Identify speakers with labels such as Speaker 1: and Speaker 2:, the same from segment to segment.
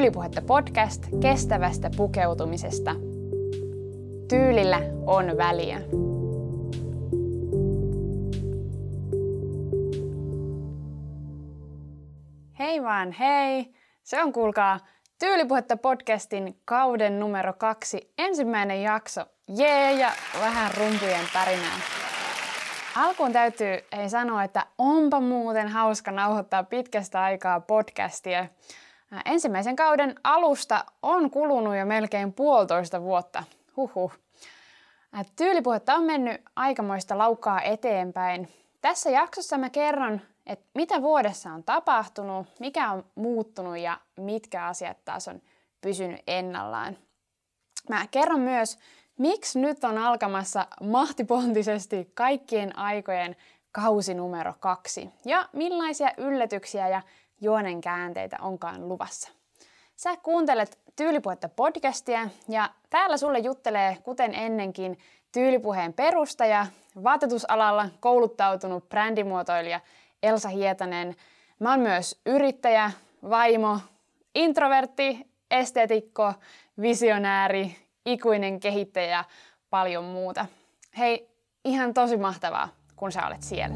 Speaker 1: Tyylipuhetta podcast kestävästä pukeutumisesta. Tyylillä on väliä. Hei vaan hei! Se on kuulkaa Tyylipuhetta podcastin kauden numero 2 ensimmäinen jakso. Jee ja vähän rumpujen pärinää. Alkuun täytyy sanoa, että onpa muuten hauska nauhoittaa pitkästä aikaa podcastia. Ensimmäisen kauden alusta on kulunut jo melkein 1,5 vuotta. Tyylipuhetta on mennyt aikamoista laukkaa eteenpäin. Tässä jaksossa mä kerron, että mitä vuodessa on tapahtunut, mikä on muuttunut ja mitkä asiat taas on pysynyt ennallaan. Mä kerron myös, miksi nyt on alkamassa mahtipontisesti kaikkien aikojen kausi numero 2 ja millaisia yllätyksiä ja juonen käänteitä onkaan luvassa. Sä kuuntelet Tyylipuhetta podcastia ja täällä sulle juttelee kuten ennenkin Tyylipuheen perustaja, vaatetusalalla kouluttautunut brändimuotoilija Elsa Hietanen. Mä oon myös yrittäjä, vaimo, introvertti, esteetikko, visionääri, ikuinen kehittäjä ja paljon muuta. Hei, ihan tosi mahtavaa, kun sä olet siellä.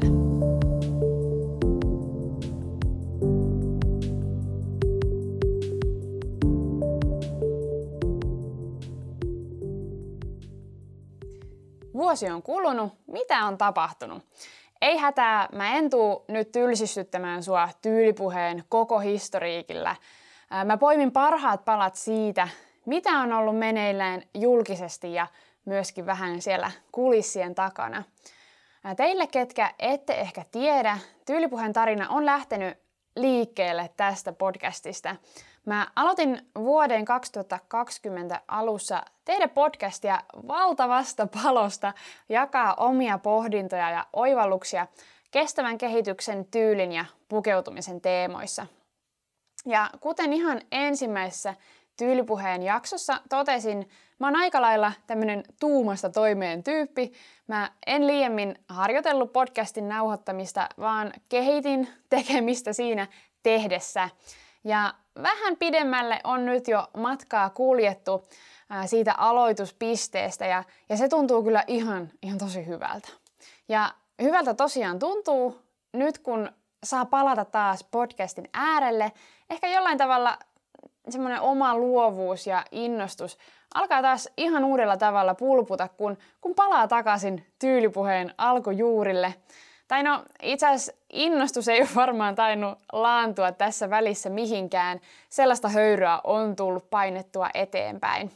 Speaker 1: Vuosi on kulunut. Mitä on tapahtunut? Ei hätää, mä en tuu nyt tylsistyttämään sua Tyylipuheen koko historiikillä. Mä poimin parhaat palat siitä, mitä on ollut meneillään julkisesti ja myöskin vähän siellä kulissien takana. Teille, ketkä ette ehkä tiedä, Tyylipuheen tarina on lähtenyt liikkeelle tästä podcastista. Mä aloitin vuoden 2020 alussa tehdä podcastia valtavasta palosta, jakaa omia pohdintoja ja oivalluksia kestävän kehityksen, tyylin ja pukeutumisen teemoissa. Ja kuten ihan ensimmäisessä Tyylipuheen jaksossa totesin, mä oon aika lailla tämmönen tuumasta toimeen tyyppi. Mä en liiemmin harjoitellut podcastin nauhoittamista, vaan kehitin tekemistä siinä tehdessä. Ja vähän pidemmälle on nyt jo matkaa kuljettu siitä aloituspisteestä ja se tuntuu kyllä ihan tosi hyvältä. Ja hyvältä tosiaan tuntuu nyt, kun saa palata taas podcastin äärelle. Ehkä jollain tavalla semmoinen oma luovuus ja innostus alkaa taas ihan uudella tavalla pulputa, kun palaa takaisin Tyylipuheen alkujuurille. Tai no, itse asiassa innostus ei ole varmaan tainnut laantua tässä välissä mihinkään. Sellaista höyryä on tullut painettua eteenpäin.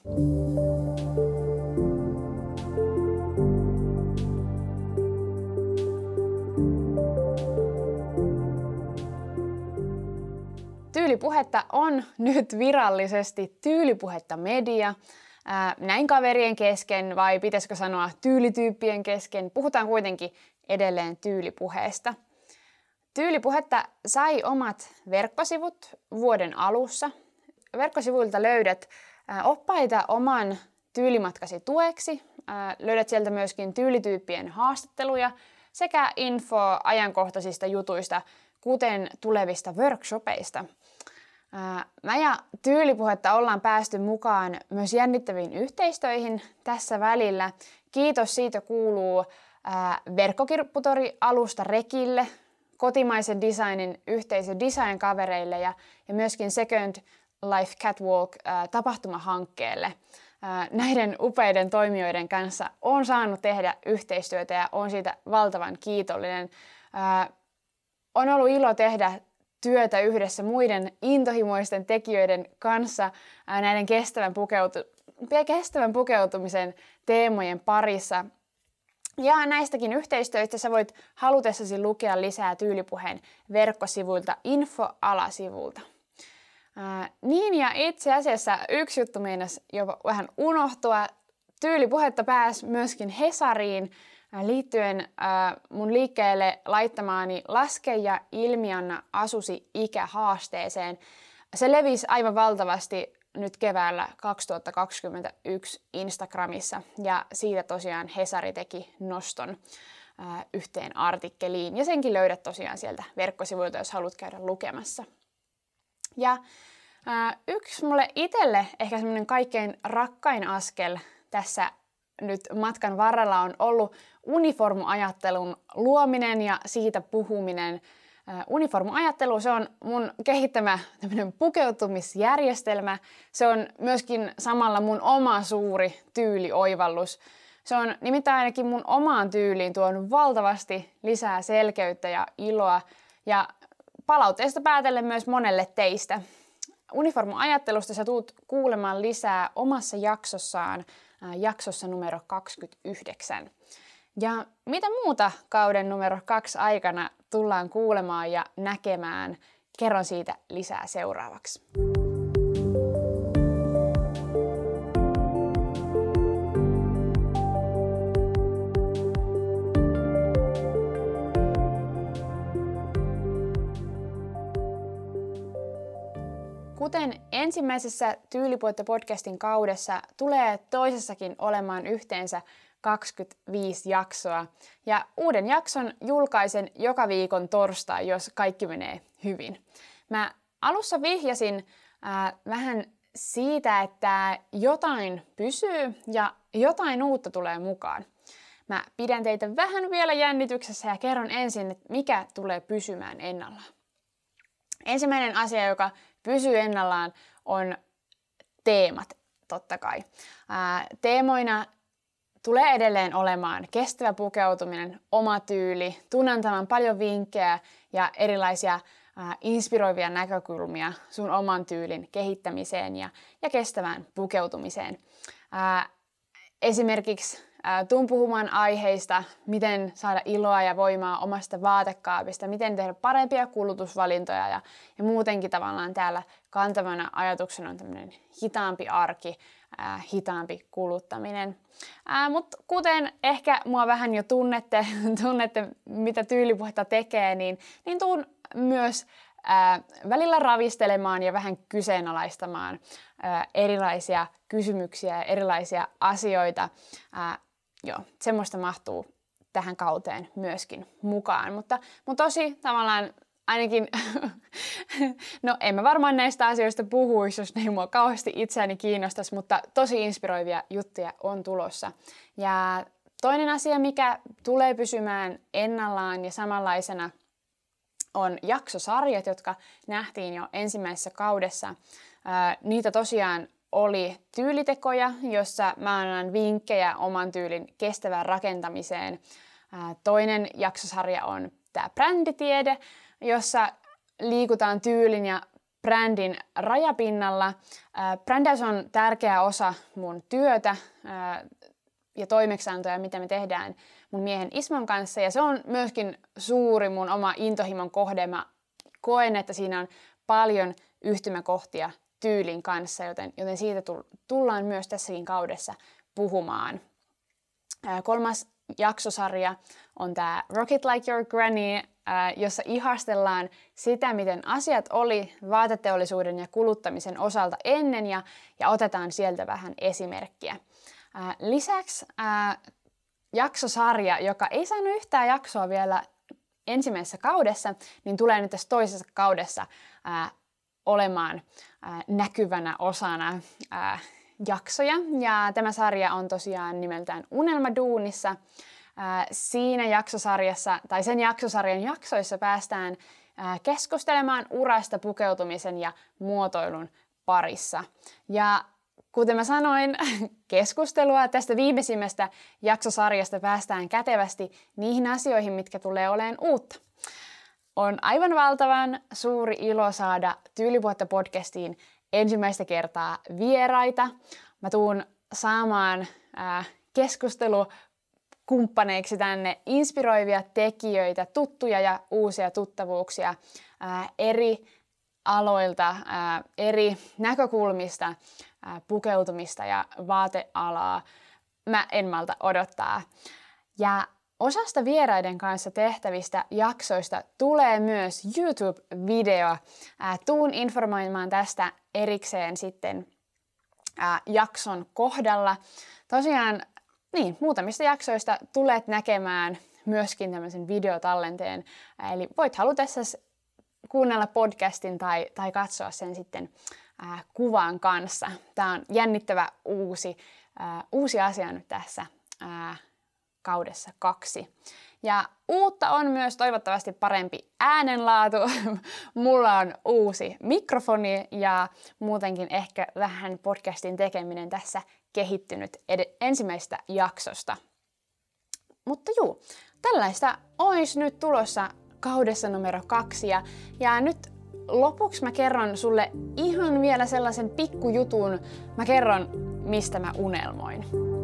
Speaker 1: Tyylipuhetta on nyt virallisesti Tyylipuhetta media. Näin kaverien kesken, vai pitäisikö sanoa tyylityyppien kesken, puhutaan kuitenkin edelleen Tyylipuheesta. Tyylipuhetta sai omat verkkosivut vuoden alussa. Verkkosivuilta löydät oppaita oman tyylimatkasi tueksi. Löydät sieltä myöskin tyylityyppien haastatteluja sekä infoa ajankohtaisista jutuista, kuten tulevista workshopeista. Mä ja Tyylipuhetta ollaan päästy mukaan myös jännittäviin yhteistöihin tässä välillä. Kiitos siitä kuuluu verkkokirpputori-alusta Rekille, kotimaisen designin yhteisö Design-kavereille ja myöskin Second Life Catwalk tapahtumahankkeelle. Näiden upeiden toimijoiden kanssa on saanut tehdä yhteistyötä ja on siitä valtavan kiitollinen. On ollut ilo tehdä työtä yhdessä muiden intohimoisten tekijöiden kanssa näiden kestävän pukeutumisen teemojen parissa. Ja näistäkin yhteistyöistä sä voit halutessasi lukea lisää Tyylipuheen verkkosivuilta info-alasivulta. Niin ja itse asiassa yksi juttu meinasi jopa vähän unohtua. Tyylipuhetta pääsi myöskin Hesariin liittyen mun liikkeelle laittamaani Laske ja ilmianna asusi ikähaasteeseen. Se levisi aivan valtavasti nyt keväällä 2021 Instagramissa ja siitä tosiaan Hesari teki noston yhteen artikkeliin ja senkin löydät tosiaan sieltä verkkosivuilta, jos haluat käydä lukemassa. Ja Yksi mulle itselle ehkä semmoinen kaikkein rakkain askel tässä nyt matkan varrella on ollut uniformuajattelun luominen ja siitä puhuminen. Uniformuajattelu, se on mun kehittämä tämmöinen pukeutumisjärjestelmä. Se on myöskin samalla mun oma suuri tyylioivallus. Se on nimittäin ainakin mun omaan tyyliin tuonut valtavasti lisää selkeyttä ja iloa ja palautteesta päätellen myös monelle teistä. Uniformuajattelusta sä tuut kuulemaan lisää omassa jaksossa numero 29. Ja mitä muuta kauden numero 2 aikana tullaan kuulemaan ja näkemään, kerron siitä lisää seuraavaksi. Kuten ensimmäisessä Tyylipuhetta-podcastin kaudessa, tulee toisessakin olemaan yhteensä 25 jaksoa. Ja uuden jakson julkaisen joka viikon torstai, jos kaikki menee hyvin. Mä alussa vihjasin vähän siitä, että jotain pysyy ja jotain uutta tulee mukaan. Mä pidän teitä vähän vielä jännityksessä ja kerron ensin, että mikä tulee pysymään ennallaan. Ensimmäinen asia, joka pysyy ennallaan, on teemat, totta kai. Teemoina tulee edelleen olemaan kestävä pukeutuminen, oma tyyli, tunnen tämän paljon vinkkejä ja erilaisia inspiroivia näkökulmia sun oman tyylin kehittämiseen ja kestävään pukeutumiseen. Esimerkiksi tuun puhumaan aiheista, miten saada iloa ja voimaa omasta vaatekaapista, miten tehdä parempia kulutusvalintoja ja muutenkin tavallaan täällä kantavana ajatuksena on tämmöinen hitaampi arki, hitaampi kuluttaminen. Mutta kuten ehkä mua vähän jo tunnette mitä Tyylipuhetta tekee, niin tuun myös välillä ravistelemaan ja vähän kyseenalaistamaan erilaisia kysymyksiä ja erilaisia asioita. Semmoista mahtuu tähän kauteen myöskin mukaan. Mutta tosi tavallaan ainakin, no en mä varmaan näistä asioista puhuisi, jos ne ei mua kauheasti itseäni kiinnostaisi, mutta tosi inspiroivia juttuja on tulossa. Ja toinen asia, mikä tulee pysymään ennallaan ja samanlaisena, on jaksosarjat, jotka nähtiin jo ensimmäisessä kaudessa. Niitä tosiaan oli tyylitekoja, jossa mä annan vinkkejä oman tyylin kestävään rakentamiseen. Toinen jaksosarja on tämä bränditiede, jossa liikutaan tyylin ja brändin rajapinnalla. Brändäys on tärkeä osa mun työtä ja toimeksiantoja, mitä me tehdään mun miehen Ismon kanssa. Ja se on myöskin suuri mun oma intohimon kohde. Mä koen, että siinä on paljon yhtymäkohtia tyylin kanssa, joten siitä tullaan myös tässäkin kaudessa puhumaan. Kolmas jaksosarja on tämä Rock It Like Your Granny, jossa ihastellaan sitä, miten asiat oli vaateteollisuuden ja kuluttamisen osalta ennen ja otetaan sieltä vähän esimerkkiä. Lisäksi jaksosarja, joka ei saanut yhtään jaksoa vielä ensimmäisessä kaudessa, niin tulee nyt tässä toisessa kaudessa olemaan näkyvänä osana jaksoja. Ja tämä sarja on tosiaan nimeltään Unelmaduunissa. Siinä jaksosarjassa, tai sen jaksosarjan jaksoissa päästään keskustelemaan urasta pukeutumisen ja muotoilun parissa. Ja kuten mä sanoin, keskustelua tästä viimeisimmästä jaksosarjasta päästään kätevästi niihin asioihin, mitkä tulee olemaan uutta. On aivan valtavan suuri ilo saada Tyylipuhetta-podcastiin ensimmäistä kertaa vieraita. Mä tuun saamaan keskustelukumppaneiksi tänne inspiroivia tekijöitä, tuttuja ja uusia tuttavuuksia eri aloilta, eri näkökulmista, pukeutumista ja vaatealaa. Mä en malta odottaa. Ja osasta vieraiden kanssa tehtävistä jaksoista tulee myös YouTube-video. Tuun informoimaan tästä erikseen sitten jakson kohdalla. Tosiaan muutamista jaksoista tulet näkemään myöskin tämmöisen videotallenteen. Eli voit halutessasi kuunnella podcastin tai katsoa sen sitten kuvan kanssa. Tämä on jännittävä uusi asia nyt tässä kaudessa 2. Ja uutta on myös toivottavasti parempi äänenlaatu. Mulla on uusi mikrofoni ja muutenkin ehkä vähän podcastin tekeminen tässä kehittynyt ensimmäisestä jaksosta. Mutta tällaista olisi nyt tulossa kaudessa numero 2 ja nyt lopuksi mä kerron sulle ihan vielä sellaisen pikkujutun. Mä kerron, mistä mä unelmoin.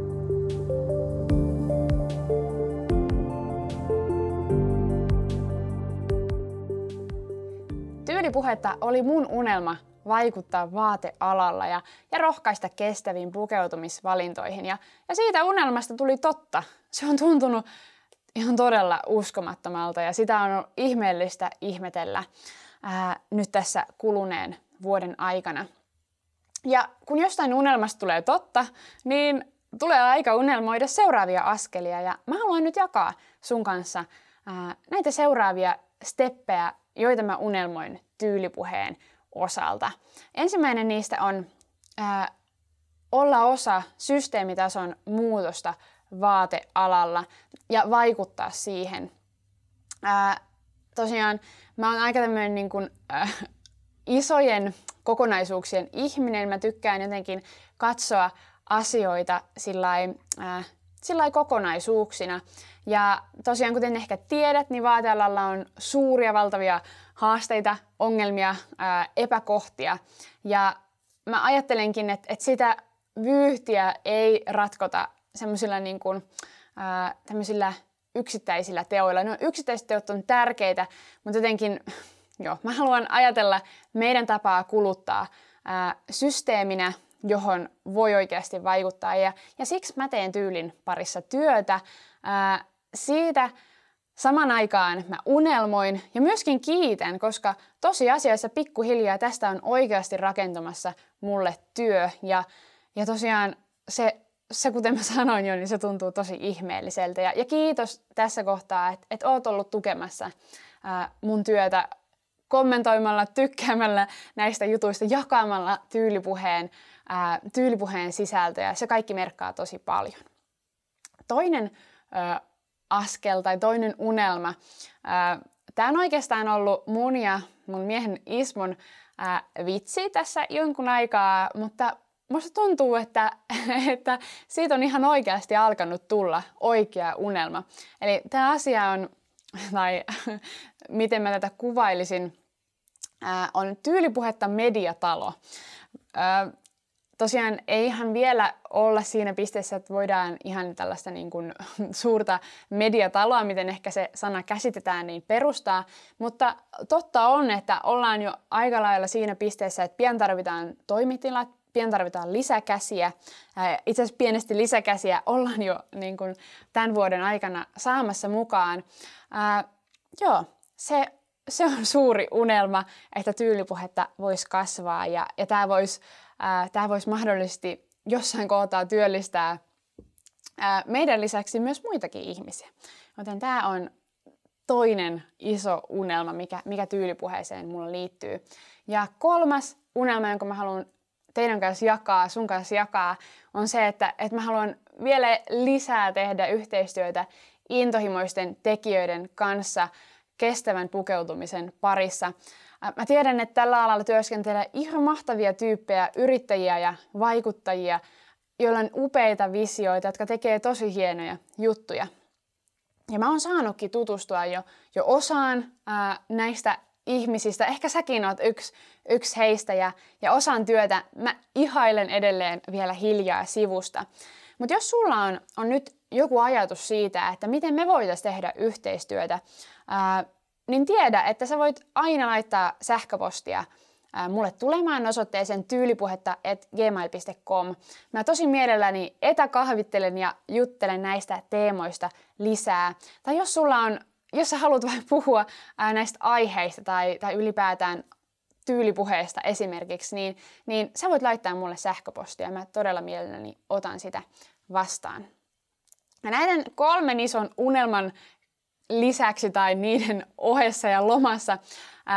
Speaker 1: Tyylipuhetta oli mun unelma vaikuttaa vaatealalla ja rohkaista kestäviin pukeutumisvalintoihin. Ja siitä unelmasta tuli totta. Se on tuntunut ihan todella uskomattomalta ja sitä on ollut ihmeellistä ihmetellä nyt tässä kuluneen vuoden aikana. Ja kun jostain unelmasta tulee totta, niin tulee aika unelmoida seuraavia askelia. Ja mä haluan nyt jakaa sun kanssa näitä seuraavia steppejä, joita mä unelmoin tyylipuheen osalta. Ensimmäinen niistä on olla osa systeemitason muutosta vaatealalla ja vaikuttaa siihen. Tosiaan mä oon aika tämmöinen niin kuin, isojen kokonaisuuksien ihminen. Mä tykkään jotenkin katsoa asioita sillai kokonaisuuksina. Ja tosiaan, kuten ehkä tiedät, niin vaatealalla on suuria, valtavia haasteita, ongelmia, epäkohtia. Ja mä ajattelenkin, että sitä vyyhtiä ei ratkota semmoisilla niin kuin, tämmöisillä yksittäisillä teoilla. No, yksittäiset teot on tärkeitä, mutta jotenkin mä haluan ajatella meidän tapaa kuluttaa systeeminä, johon voi oikeasti vaikuttaa. Ja siksi mä teen tyylin parissa työtä. Siitä saman aikaan mä unelmoin ja myöskin kiitän, koska tosiasiassa pikkuhiljaa tästä on oikeasti rakentumassa mulle työ. Ja tosiaan se, kuten mä sanoin jo, niin se tuntuu tosi ihmeelliseltä. Ja kiitos tässä kohtaa, että oot ollut tukemassa mun työtä kommentoimalla, tykkäämällä näistä jutuista, jakamalla tyylipuheen sisältöjä. Se kaikki merkkaa tosi paljon. Toinen askel tai toinen unelma. Tämä on oikeastaan ollut mun ja mun miehen Ismon vitsi tässä jonkun aikaa, mutta musta tuntuu, että siitä on ihan oikeasti alkanut tulla oikea unelma. Eli tämä asia on, tai miten mä tätä kuvailisin, on Tyylipuhetta mediatalo. Tosiaan ei ihan vielä olla siinä pisteessä, että voidaan ihan tällaista niin kuin suurta mediataloa, miten ehkä se sana käsitetään, niin perustaa. Mutta totta on, että ollaan jo aika lailla siinä pisteessä, että pian tarvitaan toimitilat, pian tarvitaan lisäkäsiä. Itse asiassa pienesti lisäkäsiä ollaan jo niin kuin tämän vuoden aikana saamassa mukaan. Se on suuri unelma, että Tyylipuhetta voisi kasvaa ja tämä voisi mahdollisesti jossain kohtaa työllistää meidän lisäksi myös muitakin ihmisiä. Joten tämä on toinen iso unelma, mikä Tyylipuheeseen mulla liittyy. Ja kolmas unelma, jonka mä haluan teidän kanssa sun kanssa jakaa, on se, että mä haluan vielä lisää tehdä yhteistyötä intohimoisten tekijöiden kanssa kestävän pukeutumisen parissa. Mä tiedän, että tällä alalla työskentelee ihan mahtavia tyyppejä, yrittäjiä ja vaikuttajia, joilla on upeita visioita, jotka tekee tosi hienoja juttuja. Ja mä oon saanutkin tutustua jo osaan näistä ihmisistä. Ehkä säkin oot yksi heistä ja osan työtä mä ihailen edelleen vielä hiljaa sivusta. Mutta jos sulla on nyt joku ajatus siitä, että miten me voitaisiin tehdä yhteistyötä, niin tiedä, että sä voit aina laittaa sähköpostia mulle tulemaan osoitteeseen tyylipuhetta@gmail.com. Mä tosi mielelläni etäkahvittelen ja juttelen näistä teemoista lisää. Tai jos sä haluat vain puhua näistä aiheista tai ylipäätään tyylipuheesta esimerkiksi, niin sä voit laittaa mulle sähköpostia. Mä todella mielelläni otan sitä vastaan. Ja näiden 3 ison unelman lisäksi tai niiden ohessa ja lomassa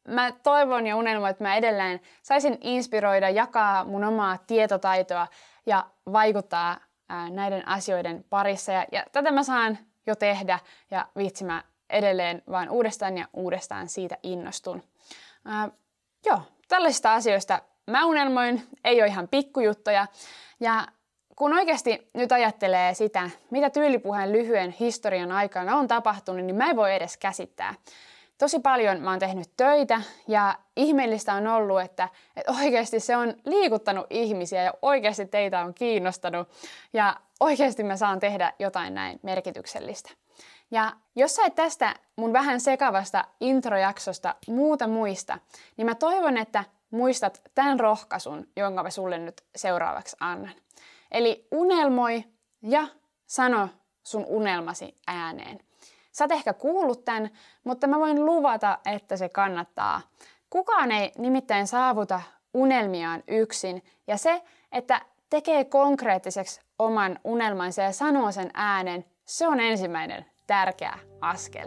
Speaker 1: mä toivon ja unelmoin, että mä edelleen saisin inspiroida, jakaa mun omaa tietotaitoa ja vaikuttaa näiden asioiden parissa. Ja tätä mä saan jo tehdä ja vitsi mä edelleen vaan uudestaan ja uudestaan siitä innostun. Tällaisista asioista mä unelmoin, ei ole ihan pikkujuttuja. Ja kun oikeasti nyt ajattelee sitä, mitä Tyylipuheen lyhyen historian aikana on tapahtunut, niin mä en voi edes käsittää. Tosi paljon mä oon tehnyt töitä ja ihmeellistä on ollut, että oikeasti se on liikuttanut ihmisiä ja oikeasti teitä on kiinnostanut ja oikeasti mä saan tehdä jotain näin merkityksellistä. Ja jos sä et tästä mun vähän sekavasta introjaksosta muuta muista, niin mä toivon, että muistat tämän rohkaisun, jonka mä sulle nyt seuraavaksi annan. Eli unelmoi ja sano sun unelmasi ääneen. Sä oot ehkä kuullut tämän, mutta mä voin luvata, että se kannattaa. Kukaan ei nimittäin saavuta unelmiaan yksin, ja se, että tekee konkreettiseksi oman unelmansa ja sanoo sen äänen, se on ensimmäinen tärkeä askel.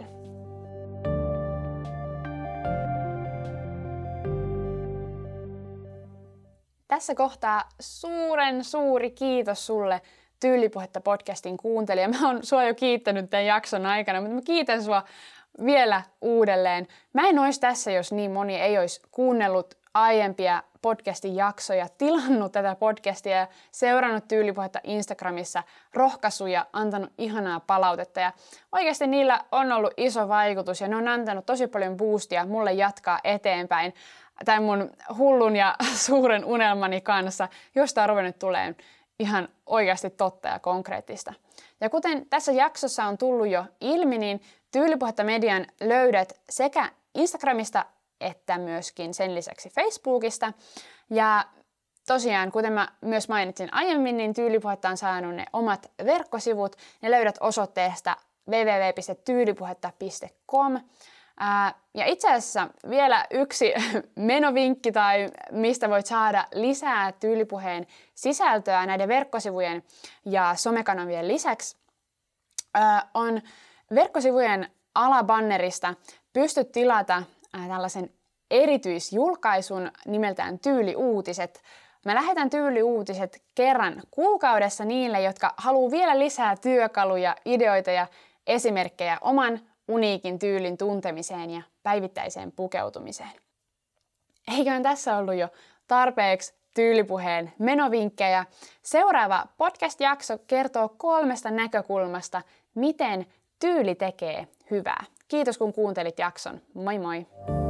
Speaker 1: Tässä kohtaa suuri kiitos sulle Tyylipuhetta podcastin kuuntelija. Mä oon sua jo kiittänyt tämän jakson aikana, mutta mä kiitän sua vielä uudelleen. Mä en olisi tässä, jos niin moni ei olisi kuunnellut aiempia podcastin jaksoja, tilannut tätä podcastia ja seurannut Tyylipuhetta Instagramissa, rohkaisuja, antanut ihanaa palautetta. Ja oikeasti niillä on ollut iso vaikutus ja ne on antanut tosi paljon boostia mulle jatkaa eteenpäin tämän mun hullun ja suuren unelmani kanssa, josta on ruvennut tulemaan ihan oikeasti totta ja konkreettista. Ja kuten tässä jaksossa on tullut jo ilmi, niin Tyylipuhetta median löydät sekä Instagramista että myöskin sen lisäksi Facebookista. Ja tosiaan, kuten mä myös mainitsin aiemmin, niin Tyylipuhetta on saanut ne omat verkkosivut. Ne löydät osoitteesta www.tyylipuhetta.com. Ja itse asiassa vielä yksi menovinkki tai mistä voit saada lisää Tyylipuheen sisältöä näiden verkkosivujen ja somekanavien lisäksi on verkkosivujen alabannerista pystyt tilata tällaisen erityisjulkaisun nimeltään Tyyliuutiset. Mä lähetän Tyyliuutiset kerran kuukaudessa niille, jotka haluaa vielä lisää työkaluja, ideoita ja esimerkkejä oman uniikin tyylin tuntemiseen ja päivittäiseen pukeutumiseen. Eiköhän tässä ollut jo tarpeeksi Tyylipuheen menovinkkejä. Seuraava podcast-jakso kertoo 3 näkökulmasta, miten tyyli tekee hyvää. Kiitos kun kuuntelit jakson. Moi moi!